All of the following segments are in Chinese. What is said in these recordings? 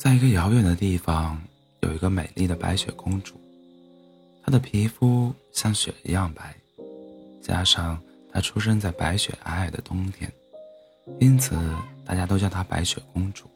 在一个遥远的地方，有一个美丽的白雪公主，她的皮肤像雪一样白，加上她出生在白雪皑皑的冬天，因此大家都叫她白雪公主。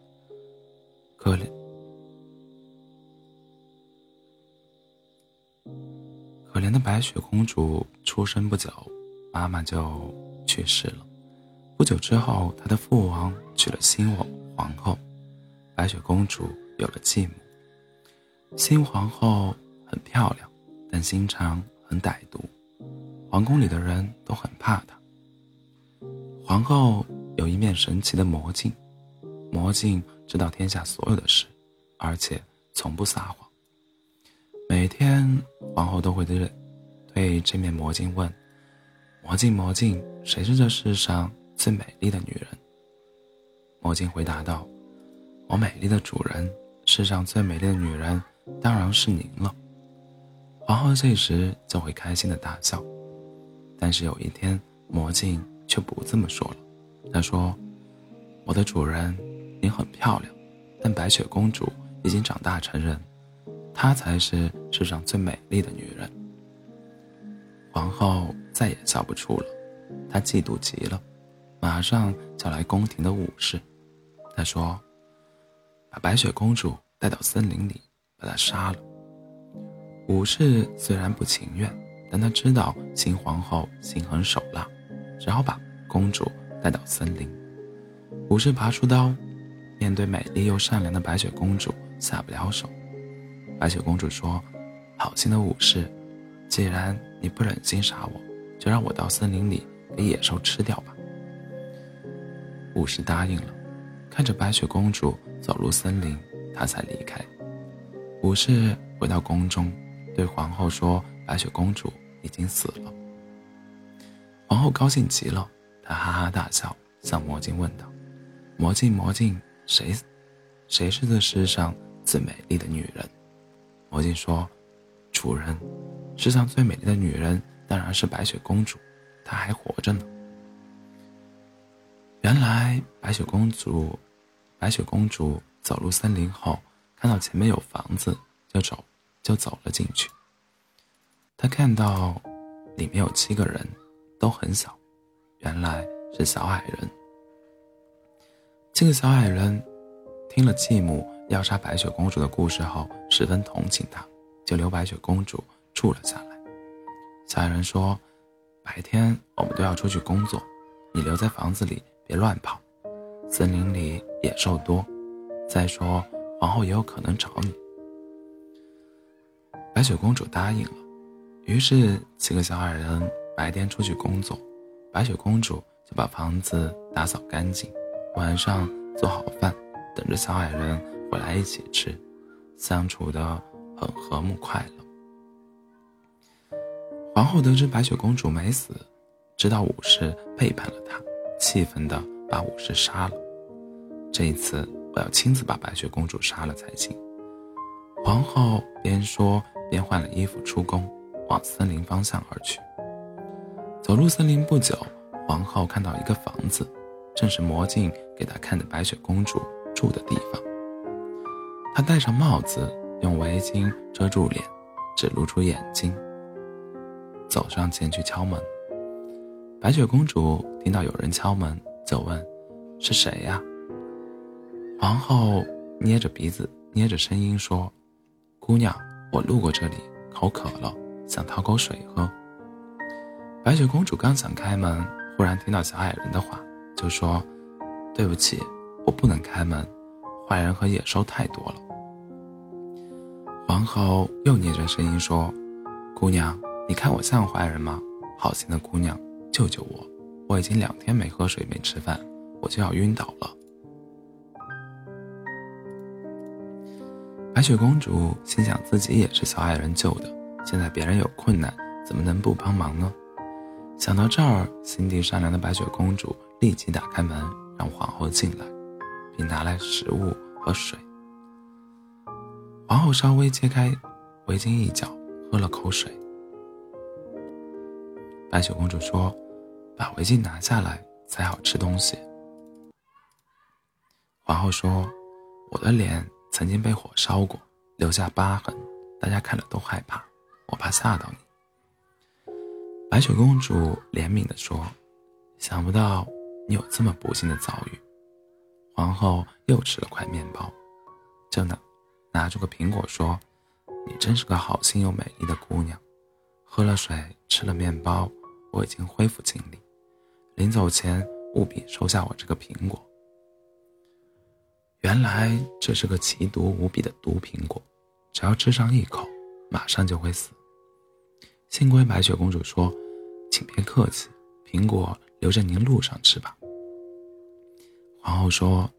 可怜的白雪公主出生不久，妈妈就去世了。不久之后，她的父王娶了新皇后，白雪公主有了继母。新皇后很漂亮，但心肠很歹毒，皇宫里的人都很怕她。皇后有一面神奇的魔镜，魔镜知道天下所有的事，而且从不撒谎。每天皇后都会对这面魔镜问：魔镜魔镜，谁是这世上最美丽的女人？魔镜回答道：我美丽的主人，世上最美丽的女人当然是您了。皇后这时就会开心的大笑。但是有一天，魔镜却不这么说了。他说：我的主人，您很漂亮，但白雪公主已经长大成人，她才是世上最美丽的女人。皇后再也笑不出了，她嫉妒极了，马上叫来宫廷的武士。她说：把白雪公主带到森林里，把她杀了。武士虽然不情愿，但他知道新皇后心狠手辣，只好把公主带到森林。武士拔出刀，面对美丽又善良的白雪公主下不了手。白雪公主说：好心的武士，既然你不忍心杀我，就让我到森林里给野兽吃掉吧。武士答应了，看着白雪公主走入森林，他才离开。武士回到宫中，对皇后说白雪公主已经死了。皇后高兴极了，她哈哈大笑，向魔镜问道：魔镜魔镜，谁是这世上最美丽的女人？魔镜说：主人，世上最美丽的女人当然是白雪公主，她还活着呢。原来白雪公主走入森林后，看到前面有房子，就走了进去。她看到里面有7个人，都很小，原来是小矮人。这个小矮人听了继母要杀白雪公主的故事后，十分同情她，就留白雪公主住了下来。小矮人说：白天我们都要出去工作，你留在房子里别乱跑，森林里野兽多，再说皇后也有可能找你。白雪公主答应了，于是7个小矮人白天出去工作，白雪公主就把房子打扫干净，晚上做好饭，等着小矮人回来一起吃，相处得很和睦快乐。皇后得知白雪公主没死，知道武士背叛了她，气愤地把武士杀了。这一次我要亲自把白雪公主杀了才行。皇后边说边换了衣服出宫，往森林方向而去。走入森林不久，皇后看到一个房子，正是魔镜给她看的白雪公主住的地方。她戴上帽子，用围巾遮住脸，只露出眼睛，走上前去敲门。白雪公主听到有人敲门，就问：是谁呀？皇后捏着鼻子，捏着声音说：姑娘，我路过这里，口渴了，想讨口水喝。白雪公主刚想开门，忽然听到小矮人的话，就说：对不起，我不能开门，坏人和野兽太多了。皇后又捏着声音说：姑娘，你看我像坏人吗？好心的姑娘，救救我，我已经2天没喝水没吃饭，我就要晕倒了。白雪公主心想自己也是小矮人救的，现在别人有困难，怎么能不帮忙呢？想到这儿，心地善良的白雪公主立即打开门，让皇后进来，并拿来食物和水。皇后稍微揭开围巾一角，喝了口水。白雪公主说：把围巾拿下来才好吃东西。皇后说： 我的脸曾经被火烧过，留下疤痕，大家看了都害怕，我怕吓到你。白雪公主怜悯地说，想不到你有这么不幸的遭遇。皇后又吃了块面包，就拿出个苹果说，你真是个好心又美丽的姑娘，喝了水吃了面包，我已经恢复精力，临走前务必收下我这个苹果。原来这是个奇毒无比的毒苹果，只要吃上一口马上就会死。幸亏白雪公主说，请别客气，苹果留着您路上吃吧。皇后说，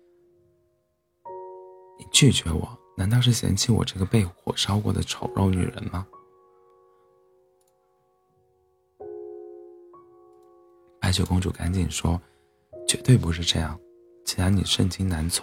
你拒绝我，难道是嫌弃我这个被火烧过的丑陋女人吗？白雪公主赶紧说，绝对不是这样，既然您盛情难却，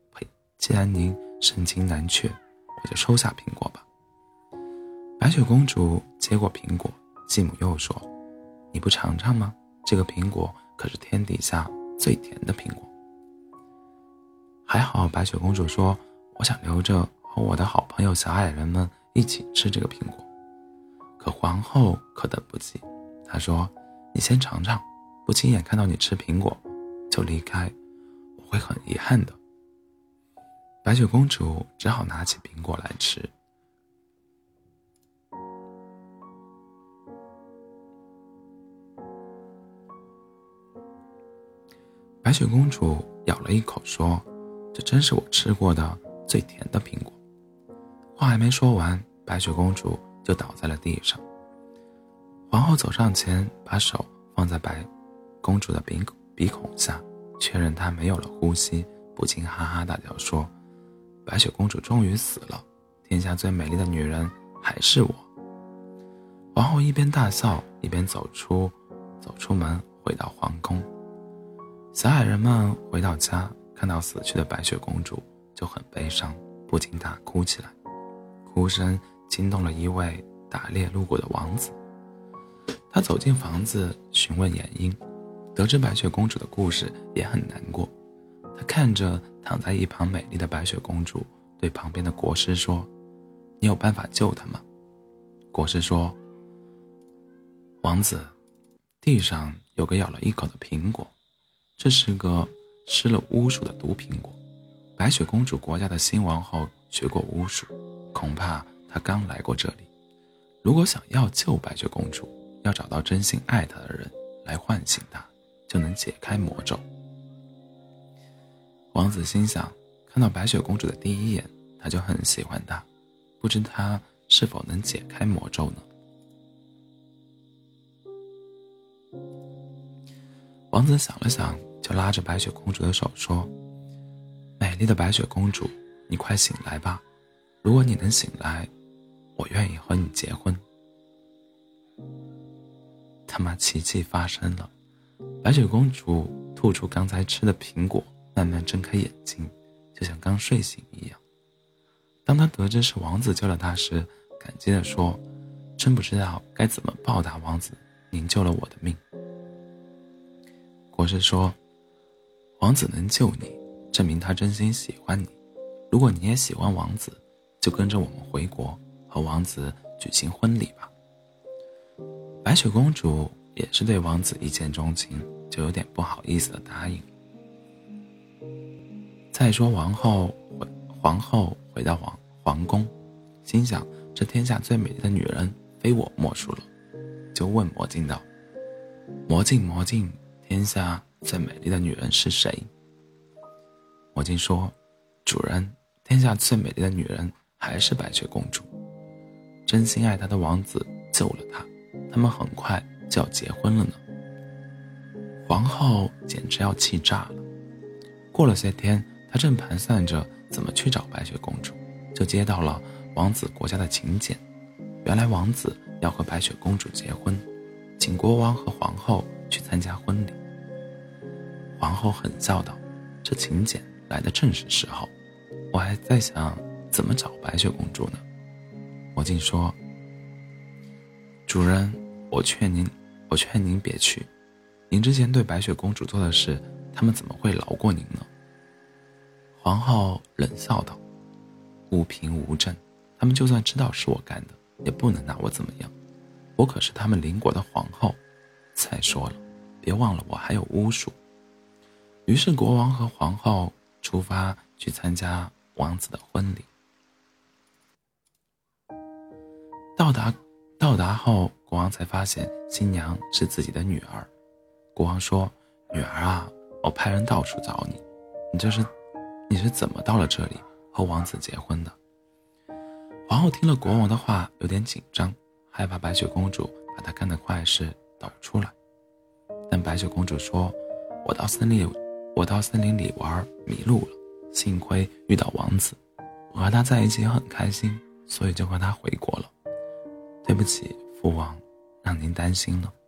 我就收下苹果吧。白雪公主接过苹果，继母又说，你不尝尝吗？这个苹果可是天底下最甜的苹果。还好白雪公主说，我想留着和我的好朋友小矮人们一起吃这个苹果。可皇后可等不及，她说，你先尝尝，不亲眼看到你吃苹果就离开，我会很遗憾的。白雪公主只好拿起苹果来吃。白雪公主咬了一口说，这真是我吃过的最甜的苹果。话还没说完，白雪公主就倒在了地上。皇后走上前，把手放在白公主的鼻孔下，确认她没有了呼吸，不禁哈哈大叫说，白雪公主终于死了，天下最美丽的女人还是我。皇后一边大笑，一边走出门，回到皇宫。小矮人们回到家，看到死去的白雪公主就很悲伤，不禁大哭起来，哭声惊动了一位打猎路过的王子。他走进房子询问原因，得知白雪公主的故事也很难过。他看着躺在一旁美丽的白雪公主，对旁边的国师说，你有办法救她吗？国师说，王子，地上有个咬了一口的苹果，这是个施了巫术的毒苹果。白雪公主国家的新王后学过巫术，恐怕她刚来过这里。如果想要救白雪公主，要找到真心爱她的人来唤醒她，就能解开魔咒。王子心想，看到白雪公主的第一眼，他就很喜欢她，不知她是否能解开魔咒呢？王子想了想，就拉着白雪公主的手说，美丽的白雪公主，你快醒来吧，如果你能醒来，我愿意和你结婚。他妈奇迹发生了，白雪公主吐出刚才吃的苹果，慢慢睁开眼睛，就像刚睡醒一样。当她得知是王子救了她时，感激地说，真不知道该怎么报答王子，您救了我的命。国师说，王子能救你，证明他真心喜欢你，如果你也喜欢王子，就跟着我们回国，和王子举行婚礼吧。白雪公主也是对王子一见钟情，就有点不好意思的答应。再说皇后回到皇宫，心想这天下最美丽的女人非我莫属了，就问魔镜道，魔镜，天下最美丽的女人是谁？魔镜说，主人，天下最美丽的女人还是白雪公主，真心爱她的王子救了她，他们很快就要结婚了呢。皇后简直要气炸了。过了些天，她正盘算着怎么去找白雪公主，就接到了王子国家的请柬。原来王子要和白雪公主结婚，请国王和皇后去参加婚礼。皇后很笑道，这请柬来的正是时候，我还在想怎么找白雪公主呢。魔镜说，主人，我劝您别去，您之前对白雪公主做的事，他们怎么会饶过您呢？ 皇后冷笑道：“无凭无证，他们就算知道是我干的，也不能拿我怎么样。我可是他们邻国的皇后。再说了，别忘了我还有巫术。”于是国王和皇后出发去参加王子的婚礼。到达后，国王才发现新娘是自己的女儿。国王说：“女儿啊，我派人到处找你，你是怎么到了这里和王子结婚的？”皇后听了国王的话，有点紧张，害怕白雪公主把她干的坏事抖出来。但白雪公主说：“我到森林里玩迷路了，幸亏遇到王子，我和他在一起很开心，所以就和他回国了。对不起，父王，让您担心了。”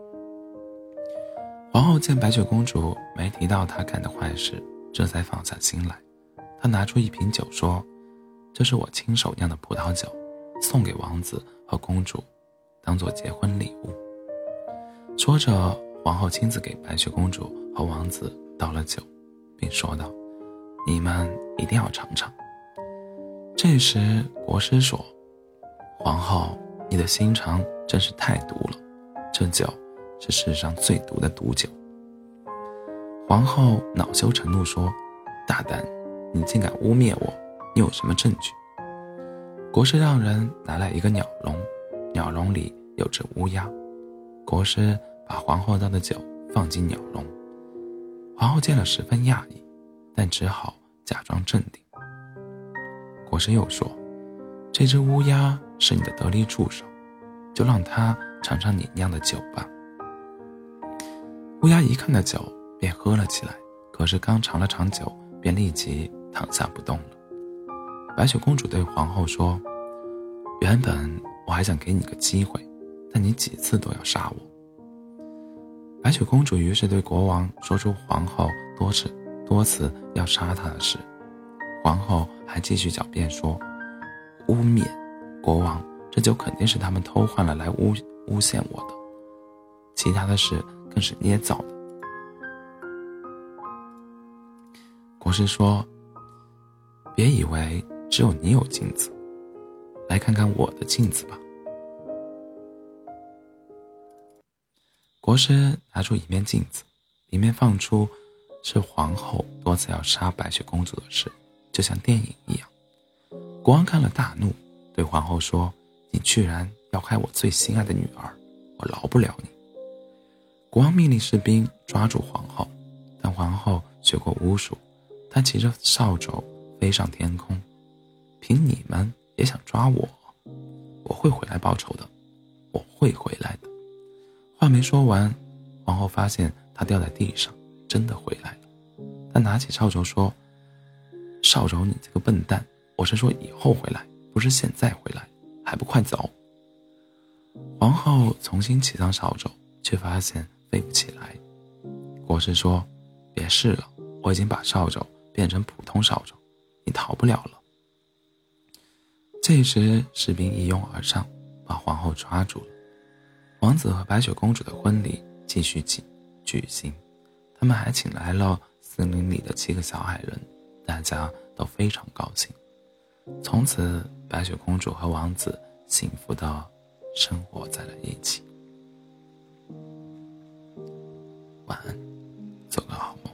皇后见白雪公主没提到她干的坏事，这才放下心来。她拿出一瓶酒说：“这是我亲手酿的葡萄酒，送给王子和公主，当做结婚礼物。”说着，皇后亲自给白雪公主和王子倒了酒，并说道：“你们一定要尝尝。”这时国师说：“皇后，你的心肠真是太毒了，这酒是世上最毒的毒酒。”皇后恼羞成怒说：“大胆，你竟敢污蔑我，你有什么证据？”国师让人拿来一个鸟笼，鸟笼里有只乌鸦。国师把皇后倒的酒放进鸟笼，皇后见了十分讶异，但只好假装镇定。国师又说：“这只乌鸦是你的得力助手，就让它尝尝你酿的酒吧。”乌鸦一看到酒便喝了起来，可是刚尝了尝酒，便立即躺下不动了。白雪公主对皇后说：“原本我还想给你个机会，但你几次都要杀我。”白雪公主于是对国王说出皇后多次要杀她的事。皇后还继续狡辩说：“污蔑国王，这酒肯定是他们偷换了来诬陷我的，其他的事更是捏造的。”国师说：“别以为只有你有镜子，来看看我的镜子吧。”国师拿出一面镜子，里面放出是皇后多次要杀白雪公主的事，就像电影一样。国王看了大怒，对皇后说：“你居然要害我最心爱的女儿，我饶不了你。”国王命令士兵抓住皇后，但皇后学过巫术，她骑着扫帚飞上天空。凭你们也想抓我？我会回来报仇的，我会回来的。话没说完，皇后发现她掉在地上，真的回来了。她拿起扫帚说：“扫帚，你这个笨蛋，我是说以后回来，不是现在回来，还不快走！”皇后重新骑上扫帚，却发现飞不起来。国师说：“别试了，我已经把扫帚变成普通扫帚，你逃不了了。”这时士兵一拥而上，把皇后抓住了。王子和白雪公主的婚礼继续举行，他们还请来了森林里的7个小矮人，大家都非常高兴。从此，白雪公主和王子幸福地生活在了一起。晚安，做个好梦。